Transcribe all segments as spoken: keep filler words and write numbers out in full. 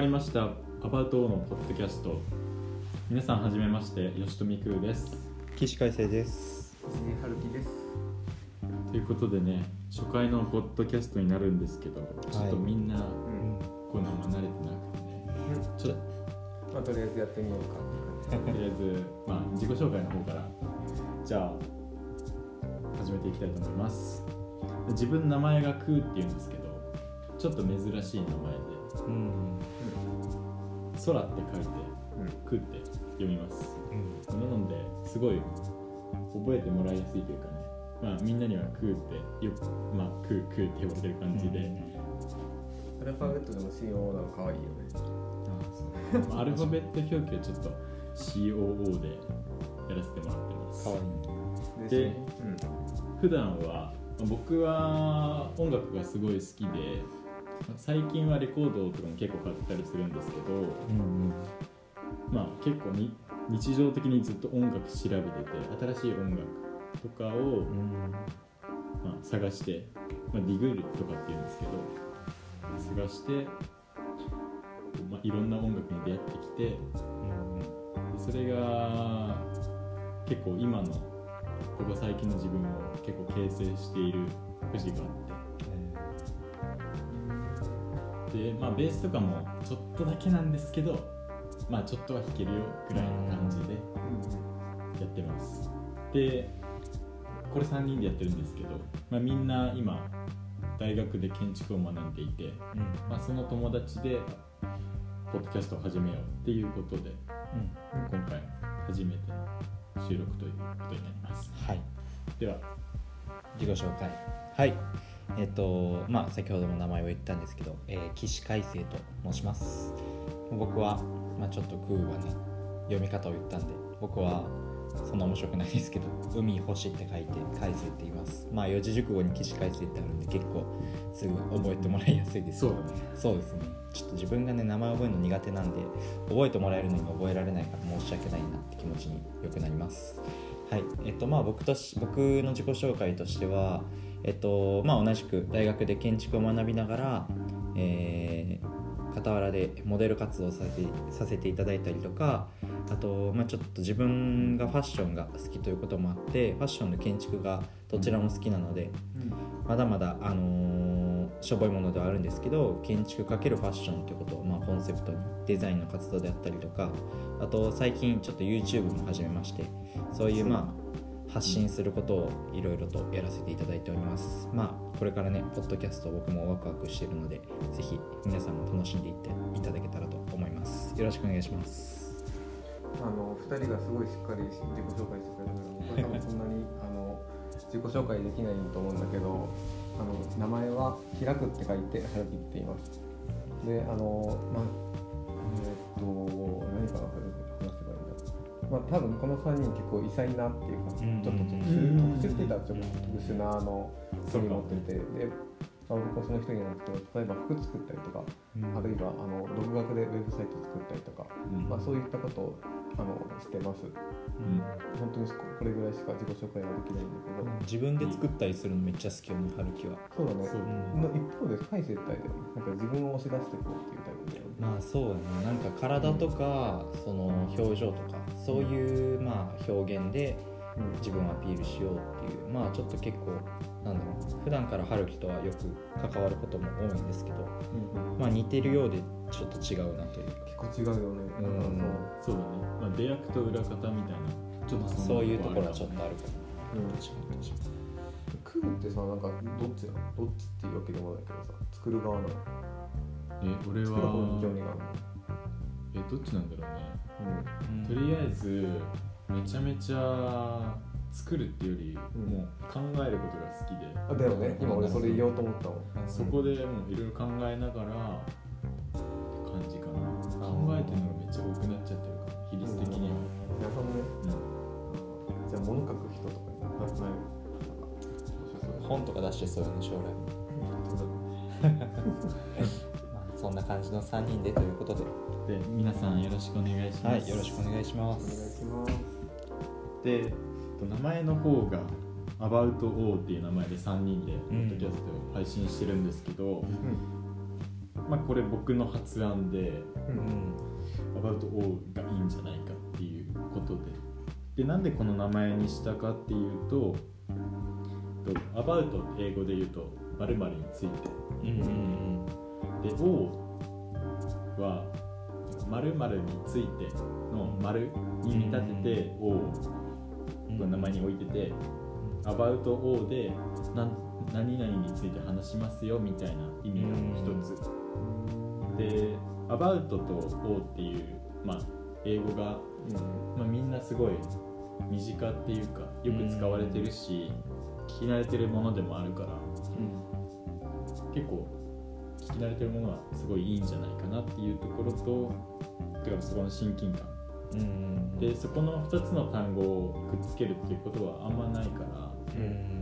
りましたアバウト O のポッドキャスト。皆さんはじめまして、吉富空です。 岸海生です。 藤井春樹です。 ということでね、初回のポッドキャストになるんですけど、ちょっとみんな、はい、こういうのも慣れてなくてね、うん、ちょっと、 まあ、とりあえずやってみようかとりあえず、まあ、自己紹介の方からじゃあ始めていきたいと思います。自分名前が空っていうんですけど、ちょっと珍しい名前で、うんうん、空って書いて、うん、空って読みます、うん、なのですごい覚えてもらいやすいというかね、まあ、みんなには空ってよく、まあ、空空って呼ばれてる感じで、うん、 アルファベットでも シーオーオー なのかわいいよね。 ああそうアルファベット表記はちょっと シーオーオー でやらせてもらってます。 かわいいで、うん、普段は僕は音楽がすごい好きで、最近はレコードとかも結構買ったりするんですけど、うんうん、まあ結構に日常的にずっと音楽調べてて、新しい音楽とかを、うんまあ、探して、まあ、ディグルとかっていうんですけど探して、まあ、いろんな音楽に出会ってきて、うん、それが結構今のここ最近の自分を結構形成している節があって、で、まあ、ベースとかもちょっとだけなんですけど、まあちょっとは弾けるよぐらいの感じでやってます。で、これさんにんでやってるんですけど、まあ、みんな今大学で建築を学んでいて、うんまあ、その友達でポッドキャストを始めようっていうことで、うん、今回初めての収録ということになります。 はい。 では自己紹介。はい。えっとまあ先ほども名前を言ったんですけど、えー、岸海生と申します。僕はまあちょっと空はね読み方を言ったんで、僕はそんな面白くないですけど、海星って書いて海生って言います。まあ四字熟語に岸海生ってあるんで結構すぐ覚えてもらいやすいです。 そうだね。 そうですね。ちょっと自分がね名前覚えるの苦手なんで、覚えてもらえるのに覚えられないから申し訳ないなって気持ちによくなります。はい。えっとまあ僕とし僕の自己紹介としては、えっとまあ同じく大学で建築を学びながら、えー、傍らでモデル活動をさせ、させていただいたりとか、あと、まあ、ちょっと自分がファッションが好きということもあって、ファッションの建築がどちらも好きなので、うん、まだまだ、あのー、しょぼいものではあるんですけど、建築×ファッションということを、まあ、コンセプトにデザインの活動であったりとか、あと最近ちょっと YouTube も始めまして、そういうまあ発信することをいろいろとやらせていただいております。まあこれからねポッドキャスト僕もワクワクしているので、ぜひ皆さんも楽しんでいっていただけたらと思います。よろしくお願いします。 あのふたりがすごいしっかり自己紹介してくれたけど、僕は多分そんなにあの自己紹介できないと思うんだけど、あの名前は開くって書いて春樹って言います。で、あのまあえー、っと何かな話せばいいんだ。まあ多分このさんにん結構異彩なっていうか、うんうん、ちょっと特殊特殊って言ったらちょっと特殊なあの人に持ってて、で、まあ、僕はその一人なんですけど、例えば服作ったりとか、うん、あるいはあの独学でウェブサイト作ったりとか、うんまあ、そういったことをあのしてます、うん、本当にこれぐらいしか自己紹介はできないんだけど、うん、 自分で作ったりするのめっちゃ好きよね、春樹は。 そうだね。そう、うん、の一方で海生タイプでなんか自分を押し出していこうっていうタイプだよね。 まあそうだね、なんか体とか、うん、その表情とかそういうまあ表現で自分をアピールしようっていう、まあちょっと結構なんだろう、普段から春樹とはよく関わることも多いんですけど、うんうん、まあ似てるようでちょっと違うなというか。 結構違うよね。 うん、そうだね。まあ出役と裏方みたいなちょっと そ, そういうところはちょっとあるかな。うん、 違う違う。空ってさ、なんかどっちなの？どっちっていうわけでもないけどさ、作る側なの？ え、俺は作る方に興味があるの？ え、どっちなんだろうね。うん、とりあえずめちゃめちゃ作るっていうより、うん、もう考えることが好きで。 あ、だよね。今俺それ言おうと思ったもん。 そこでもういろいろ考えながら感じかな。考えてるのがめっちゃ多くなっちゃってるから、比率的には。 なるほどね。うん、じゃあ物書く人とかになってない。 本とか出してそうよね、将来。まあそんな感じのさんにんでということで。 で、皆さんよろしくお願いします。 はい、よろしくお願いします。 お願いします。 で、名前の方がアバウト O っていう名前でさんにんでポッドキャストを配信してるんですけど、うん、 まあ、これ僕の発案で、 うん、 About All がいいんじゃないかっていうことで、でなんでこの名前にしたかっていうと、About って英語で言うと〇〇について、 うんうんうん、 で All は〇〇についての〇に見立てて All の名前に置いてて、About All で何何々について話しますよみたいな意味が一つで、About と All っていう、まあ、英語が、まあ、みんなすごい身近っていうかよく使われてるし、聞き慣れてるものでもあるから、うん、結構聞き慣れてるものはすごいいいんじゃないかなっていうところと、てかそこの親近感、うん、でそこのふたつの単語をくっつけるっていうことはあんまないから、 うん、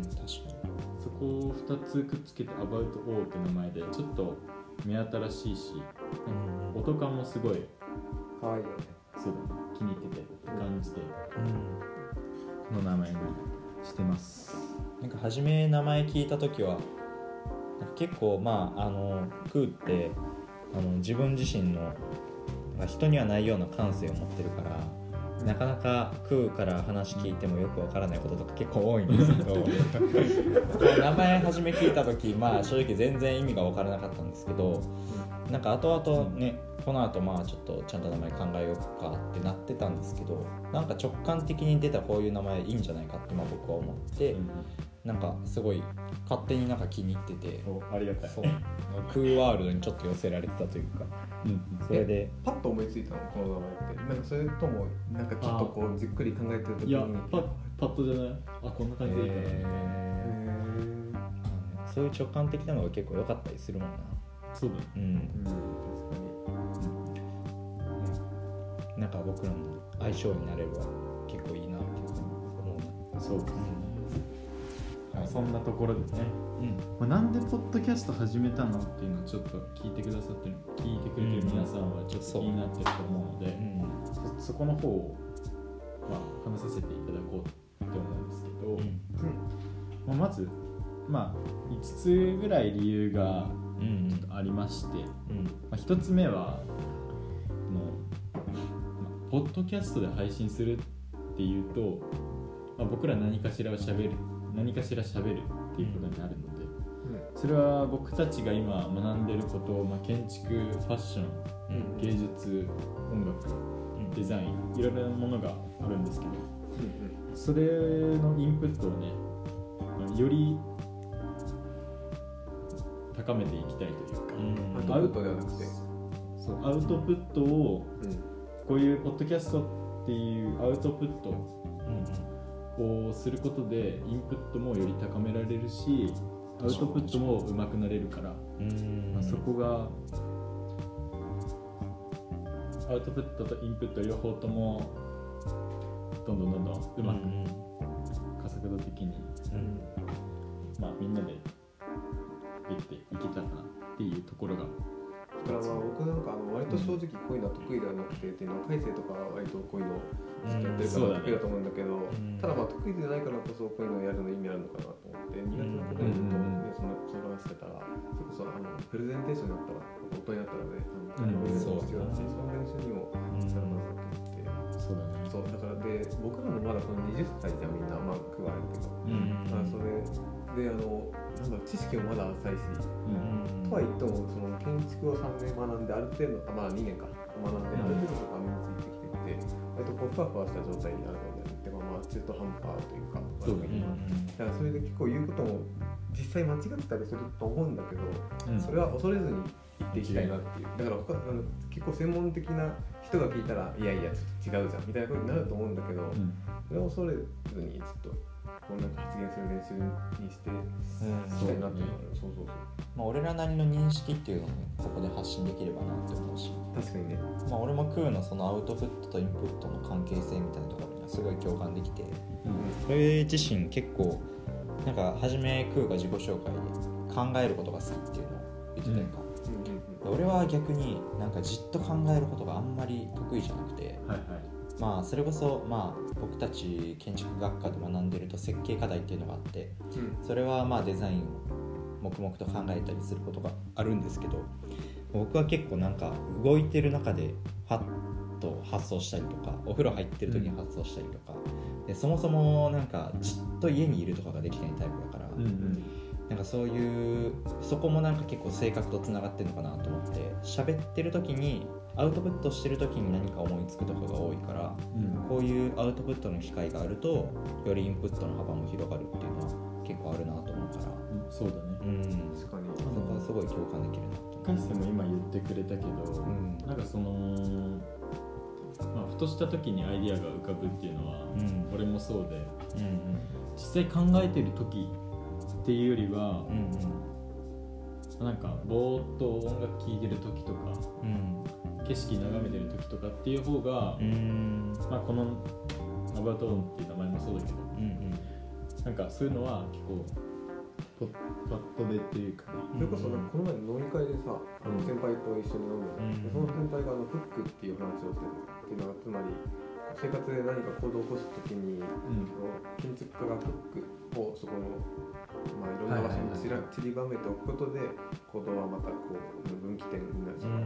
確かにそこをふたつくっつけて About All って名前でちょっと目新しいし、うん、音感もすごいかわいいよね。 そうだね、気に入っててって感じで、うん、この名前にしてます。 なんか初め名前聞いた時は結構まああのクーってあの自分自身の人にはないような感性を持ってるから、なかなかクーから話聞いてもよくわからないこととか結構多いんですけど名前初め聞いた時、まあ正直全然意味がわからなかったんですけど、なんか後々ね、この後まあちょっとちゃんと名前考えようかってなってたんですけど、なんか直感的に出たこういう名前いいんじゃないかってまあ僕は思って、うん、なんかすごい勝手になんか気に入ってて、 ありがたい、 そうクーワールドにちょっと寄せられてたというか、うん、それでパッと思いついたのこの名前って、なんかそれともなんかちょっとこうじっくり考えてる時に、 いやパッパッとじゃない、あこんな感じでいいかな、 えー、そういう直感的なのが結構良かったりするもんな。 そうだね、うん、うん、確かに、なんか僕らの相性になれれば結構いいなっていうふうに思うな。 そうですね、はい、そんなところでね、 うん、 まあ、なんでポッドキャスト始めたのっていうのをちょっと聞いてくださってる聞いてくれてる皆さんはちょっと気になってると思うので、うん、そ, そこの方を、まあ、話させていただこうって思うんですけど、うん、まあ、まず、まあ、いつつぐらい理由がちょっとありまして、うんうん、まあ、ひとつめはもう、まあ、ポッドキャストで配信するっていうと、まあ、僕ら何かしらを喋る何かしら喋るっていうことになるので、うん、それは僕たちが今学んでること、まあ、建築、ファッション、うん、芸術、音楽、うん、デザイン、いろいろなものがあるんですけど、うん、それのインプットをね、より高めていきたいというか、 うん、アウトプットではなくて、 そうアウトプットを、うん、こういうポッドキャストっていうアウトプットをすることでインプットもより高められるし、アウトプットも上手くなれるから、うん、まあ、そこがアウトプットとインプット両方ともどんどんどんどんうまく加速度的に、うん、まあみんなでできていけたらなっていうところが、 だからまあ僕なんかあの割と正直こういうのは得意ではなくて、っていうのは大勢とか割とこういうのをずっとやってるから得意だと思うんだけど、うん、ただまあ得意でないからこそこういうのをやるの意味あるのかなと思って、苦手なことにずっと、ね、そのその話してたら、それこそあのプレゼンテーションになったら音になったらね、あのプレゼンテーションも必要だし、その練習にもなるなと思って、そうだね。そうだからで僕らもまだこのはたちじゃみんなまあ区はあるけど、うん、あそれであのなんだ知識もまだ浅いし、うん、とは言ってもその建築をさんねん学んである程度、まあにねんか学んである程度とか身についてきてきて、割とこうふわふわした状態になるので、でまあ中途半端というか、そういうの、だからそれで結構言うことも実際間違ってたりすると思うんだけど、うん、それは恐れずに言っていきたいなっていう。だから他あの結構専門的な人が聞いたらいやいやちょっと違うじゃんみたいなことになると思うんだけど、うん、それを恐れずにちょっとこうなんか発言する練習にしてしたいなっていうのは、そうそうそう。 まあ俺らなりの認識っていうのをね、ここで発信できればなって思うし、 確かにね。 まあ俺もクーのそのアウトプットとインプットの関係性みたいなところにはすごい共感できて、うん、それ自身結構なんか初めクーが自己紹介で考えることが好きっていうのを言ってたやんか、うんうんうん、俺は逆になんかじっと考えることがあんまり得意じゃなくて、はいはい、まあそれこそまあ僕たち建築学科で学んでると設計課題っていうのがあって、それはまあデザインを黙々と考えたりすることがあるんですけど、 僕は結構なんか動いてる中でハッと発想したりとか、お風呂入ってる時に発想したりとか、うん、でそもそもなんかじっと家にいるとかができないタイプだから、うんうん、なんかそういうそこもなんか結構性格とつながってるのかなと思って、喋ってる時にアウトプットしてる時に何か思いつくとかが多いから、うん、こういうアウトプットの機会があるとよりインプットの幅も広がるっていうのは結構あるなと思うから、うん、 そうだね、 うん、確かにそこはすごい共感できるなと。 カイセも今言ってくれたけど、うん、なんかその、まあ、ふとした時にアイディアが浮かぶっていうのは、うん、俺もそうで、うんうん、実際考えてる時っていうよりは、うんうん、なんかぼーっと音楽聴いてる時とか、うん、景色眺めてる時とかっていう方が、うん、まあ、このアバウトオンっていう名前もそうだけど、うんうん、なんかそういうのは結構パッとでっていうかね、 それこそなんかこの前の飲み会でさ、あの先輩と一緒に飲んだ、うん、でその先輩があのフックっていう話をしてるっていうのは、つまり生活で何か行動を起こすときに、うん、建築家がフックをそこの、まあ、いろんな場所に散ら、散りばめておくことで行動はまたこう分岐点になるし、うん、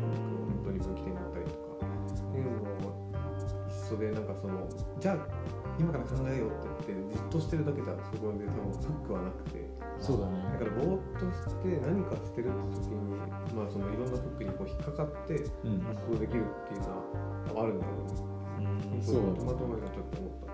本当に分岐点になったりとかっていうのも一緒で、なんかそのじゃあ今から考えようって言ってじっとしてるだけじゃそこで多分フックはなくて、 そうだね、 だからぼーっとして何かしてるって時に、まあ、そのいろんなフックにこう引っかかって発想できるっていうのはあるんだろうね、うん、そうトマトマリがちょっと思った。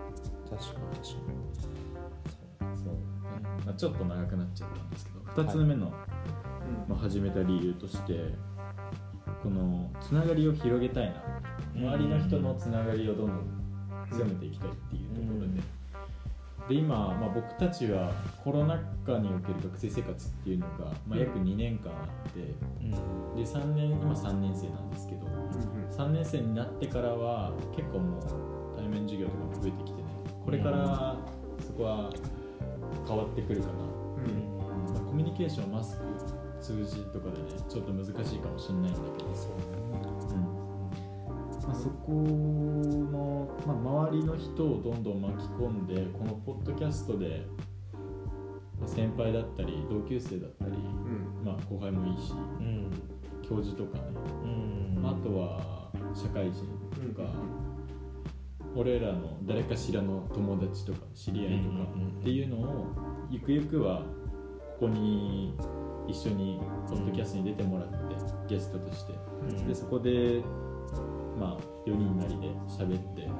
確かに確かにそう、まあ、ちょっと長くなっちゃったんですけど、ふたつめの、はい、まあ、始めた理由としてこのつながりを広げたいな、周りの人のつながりをどんどん強めていきたいっていうところで、で今、まあ、僕たちはコロナ禍における学生生活っていうのが、まあ、約にねんかんあって、うん、でさんねん今さんねん生なんですけど、うん、さんねん生になってからは結構もう対面授業とかも増えてきてね、これからそこは変わってくるかな、うん、まあ、コミュニケーションマスク通じとかでねちょっと難しいかもしれないんだけど、そう、うん、まあ、そこの、まあ、周りの人をどんどん巻き込んで、このポッドキャストで先輩だったり同級生だったり、うん、まあ、後輩もいいし、うん、教授とかね、うん、あとは社会人とか、うん、俺らの誰かしらの友達とか知り合いとかっていうのをゆくゆくはここに一緒にポッドキャストに出てもらって、うん、ゲストとして、うん、でそこでまあ、よにんなりで喋って、うん、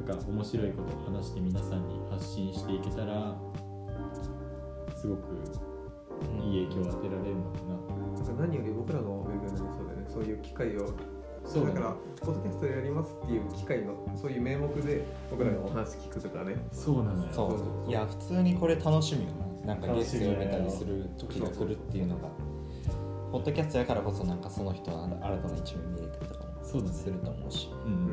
なんか面白いことを話して皆さんに発信していけたらすごくいい影響を与えられるのかな、 うん、何より僕らの勉強になりそうだよね、そういう機会を。そうだ、ね、だからポッドキャストやりますっていう機会のそういう名目で僕らがお話聞くとかね、 うん、そうなのよ。 そうそう、いや普通にこれ楽しみよな、なんかゲスト呼べたりする時が来るっていうのがポッドキャストやからこそ、なんかその人の新たな一面見れたりとかもすると思うし、うんうんうん、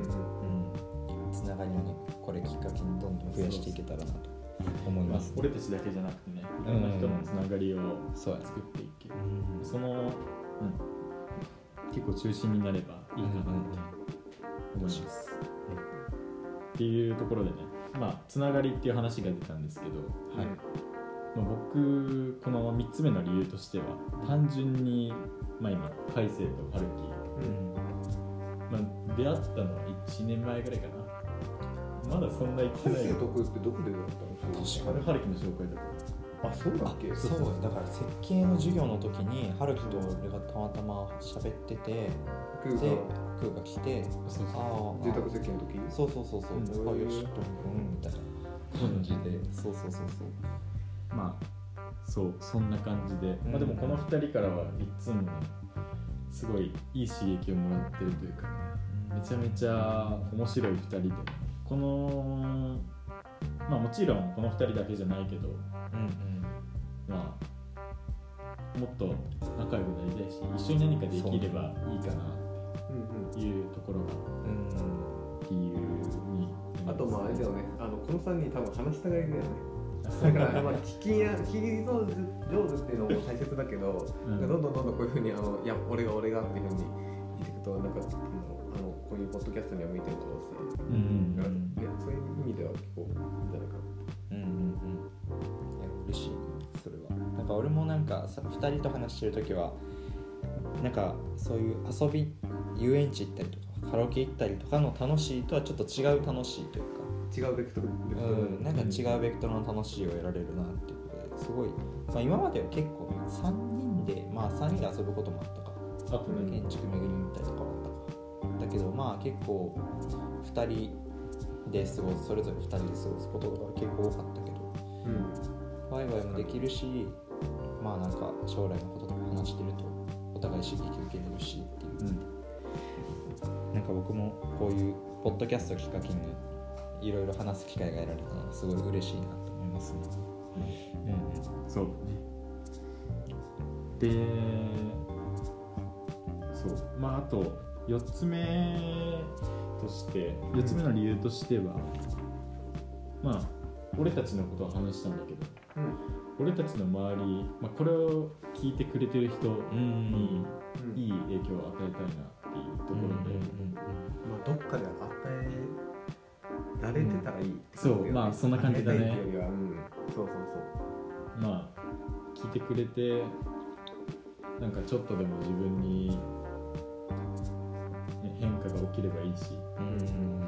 つながりをねこれきっかけにどんどん増やしていけたらなと思います、 まあ、俺たちだけじゃなくてね、いろんな人のつながりを作っていける、うん、その、うん、結構中心になればいいかなと思います、うんうん、っていうところでね、まあつながりっていう話が出たんですけど、はい、まあ、僕このみっつめの理由としては単純に、まあ、今カイセイとハルキ、うん、まあ、出会ったのはいちねんまえぐらいかな、まだそんな言ってないよ。 どこってどこで出会ったの？ 確かにハルキの紹介とか。 あ、そうだっけ？ そうそう、だから設計の授業の時にハルキと俺がたまたま喋ってて、 クーでクーが来て、 そうそう、住宅設計の時？ そうそうそうそう、うん、あ、よしとうんみたいな感じで、そうそうそうそう、 まあそうそんな感じで、うん、まあ、でもこのふたりからはいつもねすごいいい刺激をもらってるというか、ね、めちゃめちゃ面白いふたりで、このまあもちろんこのふたりだけじゃないけど、うんうん、まあもっと仲良くなりたいし、一緒に何かできればいいかなっていうところが理由に、 あとまああれだよね、あのこのさんにん多分話したがりだよね。だからまあ聞きや聞き上手上手っていうのも大切だけど、うん、どんどんどんどんこういう風にあのいや俺が俺がっていう風に言っていくと、なんかあのこういうポッドキャストには向いてると思うし、うんうんうん、いやそういう意味では結構いいんじゃないかな。うんうんうん。 いや嬉しいそれは。なんか俺もなんかさふたりと話してるときはなんかそういう遊び遊園地行ったりとかカラオケ行ったりとかの楽しいとはちょっと違う楽しいというか違うベクトル、 うん、なんか違うベクトルの楽しいを得られるなっていうことですごい、まあ、今までは結構さんにんでまあさんにんで遊ぶこともあったかあとね建築巡りに行ったりとかもあったかだけどまあ結構ふたりで過ごすそれぞれふたりで過ごすことが結構多かったけど、 うん、 ワイワイもできるしまあなんか将来のこととか話してるとお互い刺激受けれるしっていう、うん、なんか僕もこういうポッドキャストをきっかけにいろいろ話す機会が得られたのはすごい嬉しいなと思いますね、 うんうん、そうだね。でそうまああとよっつめとしてよっつめの理由としては、うん、まあ俺たちのことを話したんだけど、うん、俺たちの周り、まあ、これを聞いてくれてる人にいい影響を与えたいなっていうところで、うんうんうん、 まあ、どっかで与えられてたらいいってそう、まあそんな感じだね。 与えたいっていうよりは、うん、そうそうそう。まあ聞いてくれて、なんかちょっとでも自分に、ね、変化が起きればいいし、うんうん、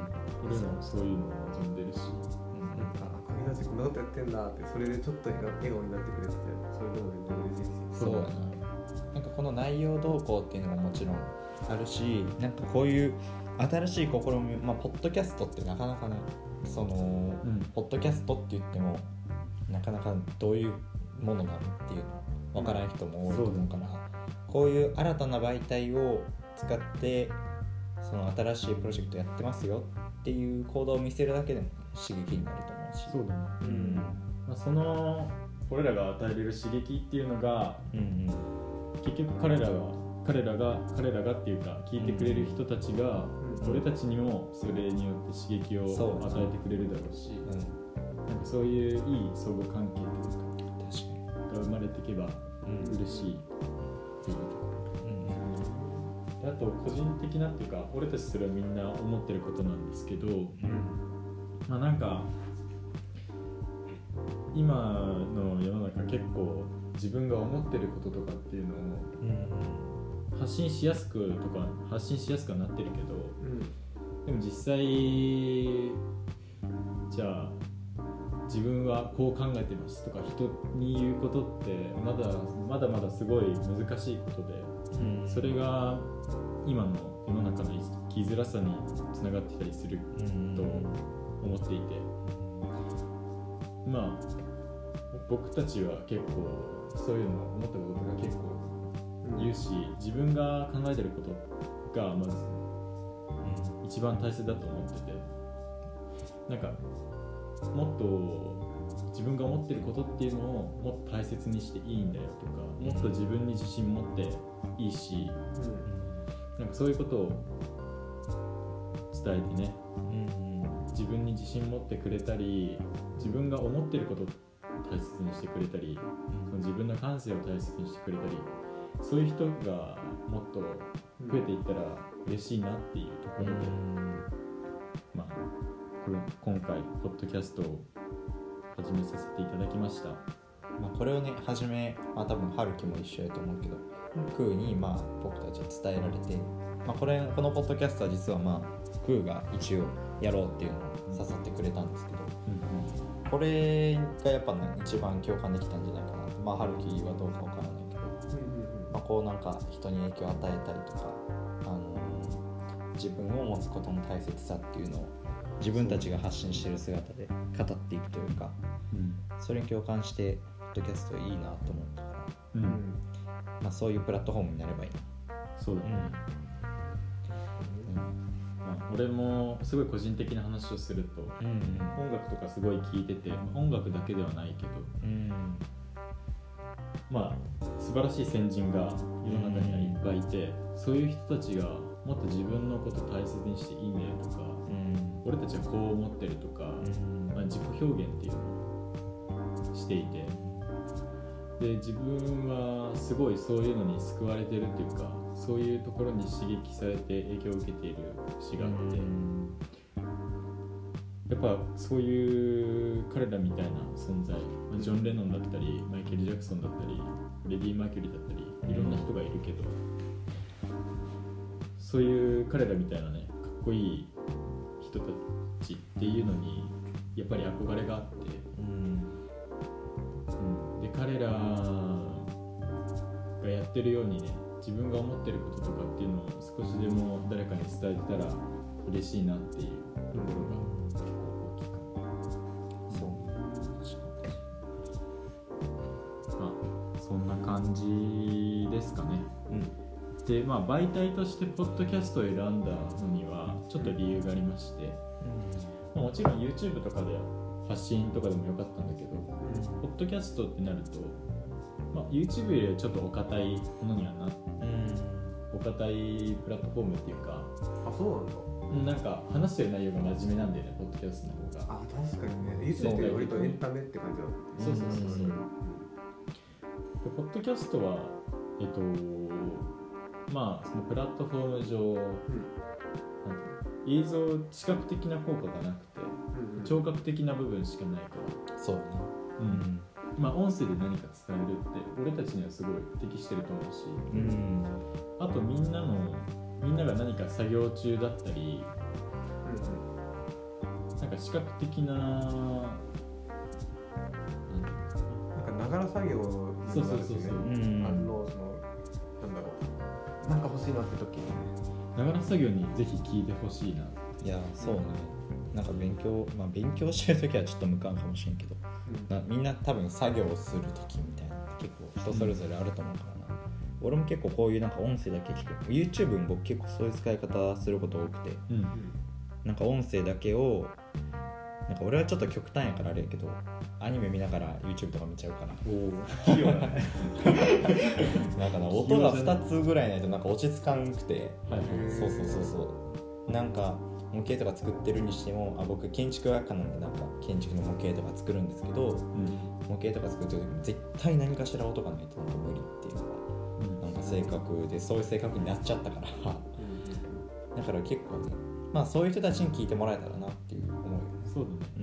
俺もそういうのを望んでるし、 うん、なんかこの人たちこんなことやってんだって、それでちょっと笑顔になってくれてて、それでも全然嬉しいし。 そうだな。なんかこの内容動向っていうのももちろんあるし、なんかこういう新しい試み、まあポッドキャストってなかなかね、その、うん、ポッドキャストって言ってもなかなかどういうものなのっていうの分からない人も多いと思うから、うん、こういう新たな媒体を使ってその新しいプロジェクトやってますよっていう行動を見せるだけでも刺激になると思うし、 そうだね、うん、まあ、その俺らが与えれる刺激っていうのが、うんうん、結局彼らが彼らが彼らがっていうか聞いてくれる人たちが、うん、俺たちにもそれによって刺激を与えてくれるだろうし、うん、なんかそういういい相互関係というかが生まれていけば嬉しいっていうところ、うん、であと個人的なっていうか俺たちそれはみんな思ってることなんですけど、うん、まあなんか今の世の中結構自分が思ってることとかっていうのを発信しやすくとか発信しやすくはなってるけど、うん、でも実際じゃあ自分はこう考えてますとか人に言うことってまだまだまだすごい難しいことで、うん、それが今の世の中の生きづらさにつながってたりすると思っていて、まあ僕たちは結構そういうのを思ったこととか結構言うし、自分が考えてることがまず一番大切だと思ってて、なんかもっと自分が思ってることっていうのをもっと大切にしていいんだよとか、もっと自分に自信持っていいし、うん、なんかそういうことを伝えてね、うんうん、自分に自信持ってくれたり、自分が思ってることを大切にしてくれたり、その自分の感性を大切にしてくれたり、そういう人がもっと増えていったら嬉しいなっていうところで、うん、まあこれ今回ポッドキャストを始めさせていただきました。 まあ、これをね始め、まあ、多分春樹も一緒やと思うけど、クーにまあ僕たちは伝えられて、まあ、これこのポッドキャストは実はまあクーが一応やろうっていうのを誘ってくれたんですけど、うんうん、これがやっぱね一番共感できたんじゃないかなと。まあ春樹はどうかわからないけど、うんうん、まあ、こうなんか人に影響を与えたりとか、あのー、自分を持つことの大切さっていうのを自分たちが発信している姿で語っていくというか、うん、それに共感してポッドキャストいいなと思ったから、うん、まあ、そういうプラットフォームになればいいな。 そうだね、うんうん、まあ、俺もすごい個人的な話をすると、うんうん、音楽とかすごい聴いてて、音楽だけではないけど、うん、まあ素晴らしい先人が世の中にはいっぱいいて、うん、そういう人たちがもっと自分のことを大切にしていいねとか、うん、俺たちはこう思ってるとか、うん、まあ、自己表現っていうのをしていて、で自分はすごいそういうのに救われてるっていうか、そういうところに刺激されて影響を受けている節があって、うん、やっぱそういう彼らみたいな存在、ジョン・レノンだったりマイケル・ジャクソンだったりレディ・マーキュリーだったりいろんな人がいるけど、 そういう彼らみたいなねかっこいい人たちっていうのにやっぱり憧れがあって、 うんうん、で彼らがやってるようにね自分が思ってることとかっていうのを少しでも誰かに伝えてたら嬉しいなっていうところが結構大きいかな。 そうまあそんな感じですかね。 うんでまあ媒体としてポッドキャストを選んだのにはちょっと理由がありまして、まあ、もちろん YouTube とかで発信とかでもよかったんだけど、ポッドキャストってなると、まあ、YouTube よりはちょっとお堅いものにはなってお堅いプラットフォームっていうか、 あ、そうなんだ。 なんか話してる内容が真面目なんだよね、ポッドキャストの方が。 あ、確かにね。YouTube って割とエンタメって感じだった。 そうそうそうそう。でポッドキャストはえっとまあそのプラットフォーム上、うん、なん映像視覚的な効果がなくて、うんうん、聴覚的な部分しかないから。 そうね。 うん。まあ音声で何か伝えるって俺たちにはすごい適してると思うし、うん、あとみんなのみんなが何か作業中だったり、うん、なんか視覚的ななんかながら作業になるしね。 そうそうそうそう。 あのそのなんだろう、なんか欲しいなって時にね。 ながら作業にぜひ聞いてほしいな。 いやそうね。なんか勉強まあ勉強してる時はちょっと無感かもしれんけど。なみんな多分作業をする時みたいな結構人それぞれあると思うからな、うん、俺も結構こういうなんか音声だけ聞く YouTube も僕結構そういう使い方すること多くて、うん、なんか音声だけをなんか俺はちょっと極端やからあれやけどアニメ見ながら YouTube とか見ちゃうからお器用だねなんかな音がふたつぐらいないとなんか落ち着かんくて、 はい、 そうそうそうそうなんか模型とか作ってるにしてもあ僕建築学科なんでなんか建築の模型とか作るんですけど、うん、模型とか作ってる時に絶対何かしら音がないとなんか無理っていうのが、うん、なんか性格でそういう性格になっちゃったから、うん、だから結構ねまあそういう人たちに聞いてもらえたらなっていう思いよね。 そうだね、 うん、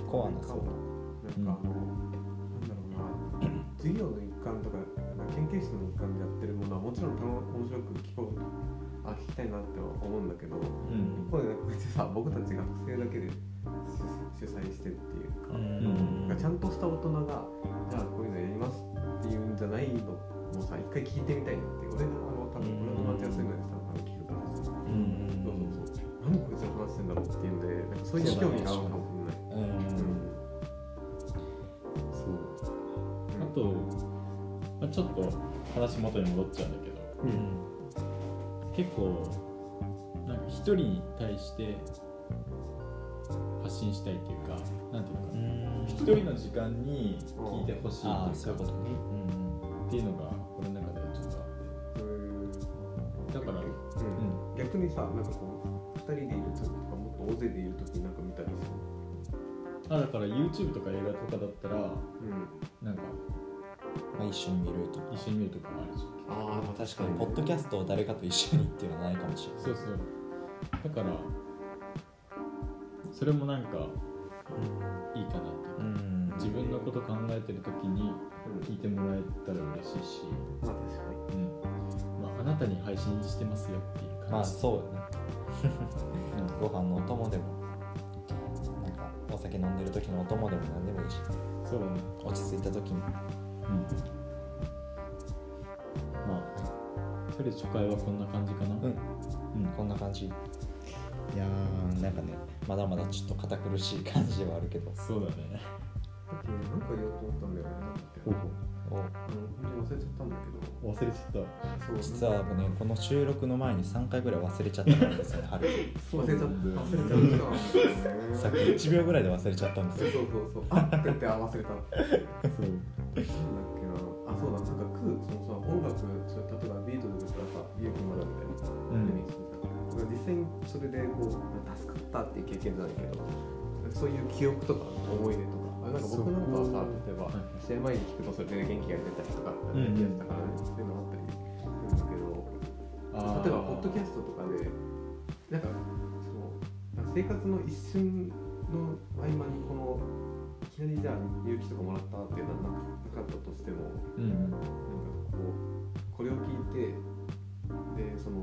コアなそうなんか、うん、なんだろうな授業の一環とか研究室の一環でやってるものはもちろん面白く聞こうあ聞きたいなって思うんだけど、うん、一方でなんか別にさ僕たち学生だけで主催してっていうか、うん、なんかちゃんとした大人がじゃあこういうのやりますっていうんじゃないのもさ一回聞いてみたいなって俺があの多分俺の夏休みのやつ多分聞くからさ、うん、そうそうそう何こいつら話してんだろうっていうんでなんかそういう興味があるかもしれない。うんうん、 そう。あと、まあ、ちょっと話元に戻っちゃうんだけど、うん、結構なんか一人に対して発信したいというか、なんていうか、一人の時間に聞いてほしいというか、そういうことね、うん、っていうのが俺の中ではちょっとあって、だから、うん、 逆にさ、なんかこうふたりでいる時とかもっと大勢でいる時になんか見たりする。 あ、だから YouTube とか映画とかだったら、うん、なんか、 まあ、一緒に見ると一緒に見るとかもあるし、 ああ確かにポッドキャストを誰かと一緒にっていうのはないかもしれない。 そうそう、だからそれもなんかいいかなっていうか、うん、自分のこと考えてる時に聞いてもらえたら嬉しいし、 まあ確かに、 うん、まああなたに配信してますよっていう感じ。 まあそうだねご飯のお供でもなんかお酒飲んでる時のお供でも何でもいいし、 そうだね、 落ち着いた時に、うん、 まあそれ初回はこんな感じかな。うん、うん、 こんな感じ。いやーなんかねまだまだちょっと堅苦しい感じではあるけど。 そうだね。 なんか言おうと思ったんだよね。おお、うん、本当に忘れちゃったんだけど。 忘れちゃった。 そう実はねこの収録の前にさんかいぐらい忘れちゃったんですよね。春忘れちゃった忘れちゃったんさっきいちびょうぐらいで忘れちゃったんですよ。 そうそうそうあって言ってあ忘れた。そうなんだっけなあそうだなんかクーそのさ音楽それ例えばビートルズとかさ勇気まだみたいな、うん、実際にそれでこう助かったっていう経験じゃないけどそういう記憶とか思い出とかあなんか僕なんかはさ例えば試合前に聞くとそれで元気が出たりとか元気が出たからっていうのがあったりするんだけど、例えばポッドキャストとかでなんかその生活の一瞬の合間にこのいきなりじゃあ勇気とかもらったっていうのはなかったとしても、うん、なんかこうこれを聞いてでその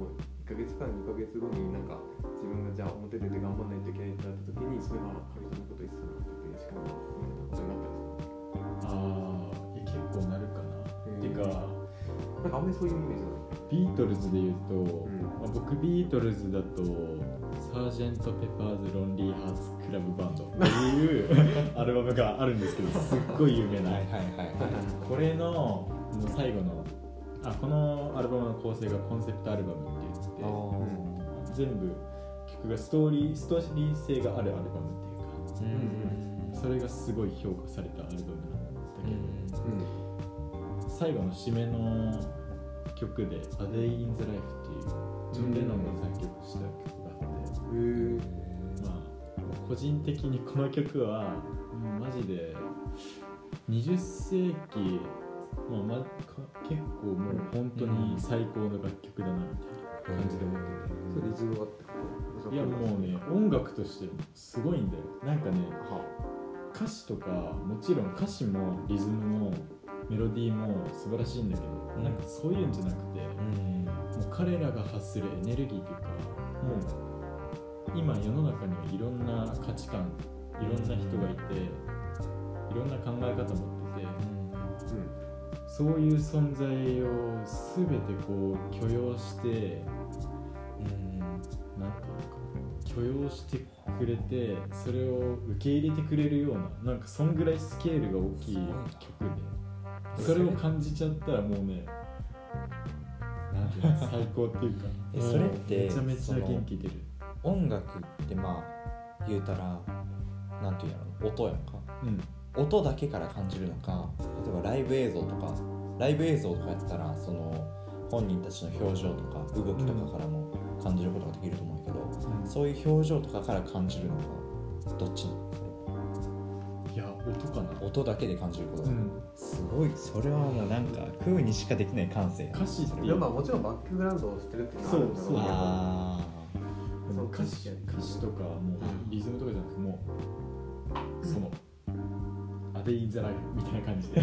っかげつかにかげつごになんか自分がじゃあ表出て頑張らないといけないってなった時にそれが神様のこと言ってたなっていうしかもみたいなことになったりする。 ああ、いや結構なるかな。てかなんかあんまりそういうイメージない。 ビートルズで言うと、 うんまあ、僕ビートルズだとサージェント・ペパーズ・ロンリー・ハーツ・クラブ・バンドっていうアルバムがあるんですけど、すっごい有名なはいはいはいはい。 これのもう最後のあこのアルバムの構成がコンセプトアルバムって言って全部曲がストーリーストーリー性があるアルバムっていうか、うんうん、それがすごい評価されたアルバムなんだけど、うんうん、最後の締めの曲で「A Day in the Life」っていうジョン・レノンが作曲した曲があって、うん、まあ個人的にこの曲はもうマジでにじゅっせいき、まあ、ま結構もう本当に最高の楽曲だなみたいな感じで思ってて、 それリズムがってこと？ いやもうね音楽としてすごいんだよ。なんかね歌詞とかもちろん歌詞もリズムもメロディーも素晴らしいんだけど、うん、なんかそういうんじゃなくて、うん、もう彼らが発するエネルギーというか、もう今世の中にはいろんな価値観いろんな人がいていろんな考え方持ってて、うんうん、そういう存在を全てこう許容して、うん、なんていうのか許容してくれてそれを受け入れてくれるような、なんかそんぐらいスケールが大きい曲で、それを感じちゃったらもうね、なんていうの最高っていうかえそれってめちゃめちゃ元気出る。 音楽ってまあ言うたらなんていうの音やんか、うん、音だけから感じるのか、例えばライブ映像とかライブ映像とかやったらその本人たちの表情とか動きとかからも感じることができると思うけど、うん、そういう表情とかから感じるのかどっちなの？ いや音かな。 音だけで感じることが、うん、すごい。それはもうなんか空にしかできない感性。 歌詞っていやまあもちろんバックグラウンドを知ってるっていうのはあるんだろうけど、 あでも歌詞歌詞とかもうリズムとかじゃなくてもうそのアデインザライフみたいな感じで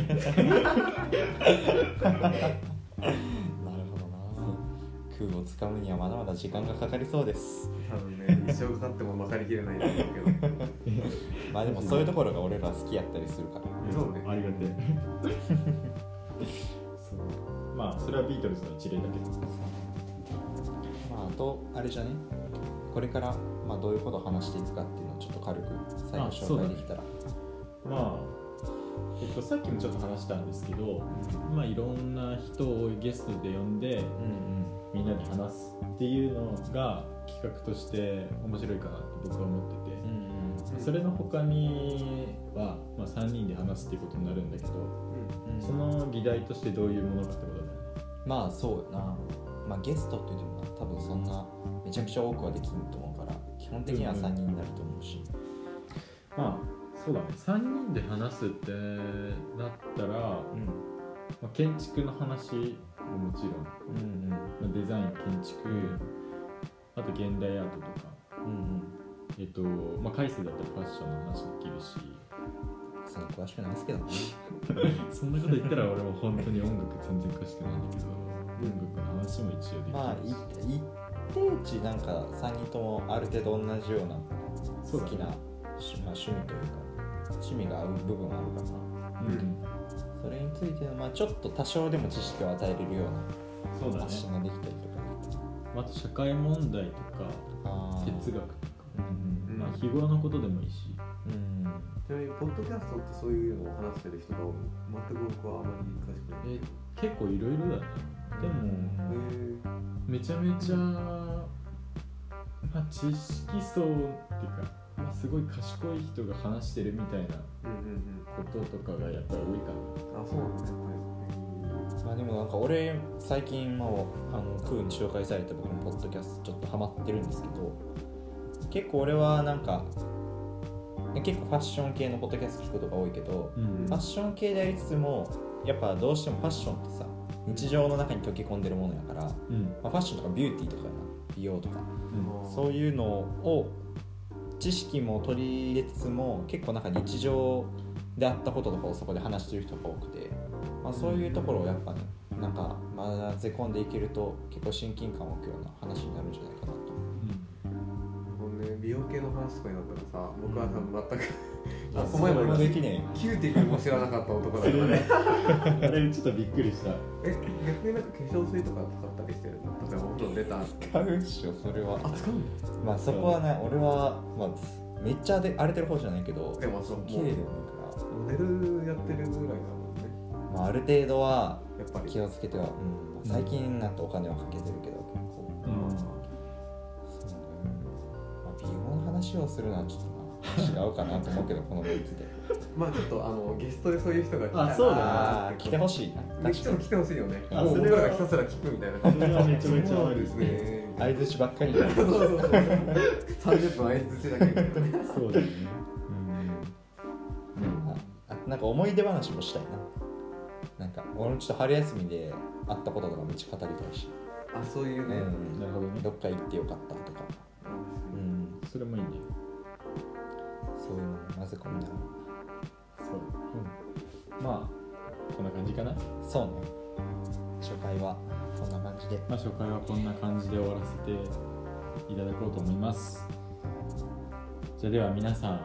なるほどな。空をつかむにはまだまだ時間がかかりそうです。 多分ね一生かかっても分かりきれないんだけどまあでもそういうところが俺ら好きやったりするから。 そうね、 ありがてそうまあそれはビートルズの一例だけど、 まああとあれじゃね、これからまあどういうことを話していくかっていうのをちょっと軽く最後紹介できたら。 まあ、えっと、さっきもちょっと話したんですけど、まあ、いろんな人をゲストで呼んで、うんうん、みんなで話すっていうのが企画として面白いかなと僕は思ってて、うんうん、それの他には、まあ、さんにんで話すっていうことになるんだけど、うんうん、その議題としてどういうものかってことだよね。 まあそうよな、まあ、ゲストって言ってもな多分そんなめちゃくちゃ多くはできんと思うから基本的にはさんにんになると思うし、 うんうん、まあそうだね、さんにんで話すってなったら、うんまあ、建築の話ももちろん、うんうんまあ、デザイン、建築、うん、あと現代アートとか、うんうんえっとまあ、カイセだったらファッションの話できるし、 そんな詳しくないですけどねそんなこと言ったら俺も本当に音楽全然詳しくないんだけど音楽の話も一応できるし、 まあ一定値なんかさんにんともある程度同じような好きな、ねまあ、趣味というか趣味が合う部分はあるからな、うん、それについての、まあ、ちょっと多少でも知識を与えれるような発信ができたりとか、 あと社会問題とか哲学とか、うんまあ、日頃のことでもいいし、うん、 ちなみにポッドキャストってそういうのを話してる人が全く僕はあまり詳しくない。 え結構いろいろだね。でも、うん、めちゃめちゃ、まあ、知識層っていうかまあ、すごい賢い人が話してるみたいなこととかがやっぱり多いかな。 あ、そうなんですね。 まあでもなんか俺最近まああのクーに紹介された僕のポッドキャストちょっとハマってるんですけど、結構俺はなんか結構ファッション系のポッドキャスト聞くことが多いけど、うん、ファッション系でありつつもやっぱどうしてもファッションってさ日常の中に溶け込んでるものやから、うんまあ、ファッションとかビューティーとか美容とか、うん、そういうのを知識も取り入れつつも結構なんか日常であったこととかをそこで話してる人が多くて、まあ、そういうところをやっぱねなんか混ぜ込んでいけると結構親近感を置くような話になるんじゃないかなと。 もうね、美容系の話とかになったらさ、僕は多分全く、 うん、 あ、その前までできねキューティクルも知らなかった男だからねあれちょっとびっくりした。 え、逆になんか化粧水とか使ったりしてるの？例えばお風呂出た使うっしょそれは。 あ、使うの？ まあそこはね、俺は、まあ、めっちゃで荒れてる方じゃないけど、 でもそう綺麗でもいいから、 モデルやってるぐらいなのね。 まあ、ある程度はやっぱり気をつけては、うん、最近になってお金はかけてるけど結構、 うんそうね、まあ、美容の話をするのはちょっと違うかなと思うけどこのメンツでまあちょっとあのゲストでそういう人が来たら、 あ、そうだね。 あー来てほしいな。 来ても来てほしいよね。 あもう僕それはらがひたすら聞くみたいな感じ。 それはめちゃめちゃそうですね。 相づちばっかりそうそうそう。さんじゅっぷん相づちだけみたいなね。 そうだよね。 うんああなんか思い出話もしたいな。なんか俺もちょっと春休みで会ったこととかめっちゃ語りたいし、 あ、そういうね。 うんなるほどね。 どっか行ってよかったとか、うん、 それもいいね。 そういうのを混ぜ込みながら、 そう。 うん、 まあこんな感じかな。 そうね、初回はこんな感じで、 まあ初回はこんな感じで終わらせていただこうと思います。じゃあでは皆さん、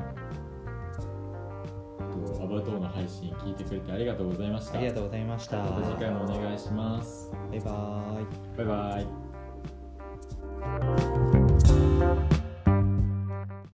アバウトーの配信聞いてくれてありがとうございました。 ありがとうございました。 また次回もお願いします。 バイバーイ。 バイバイ。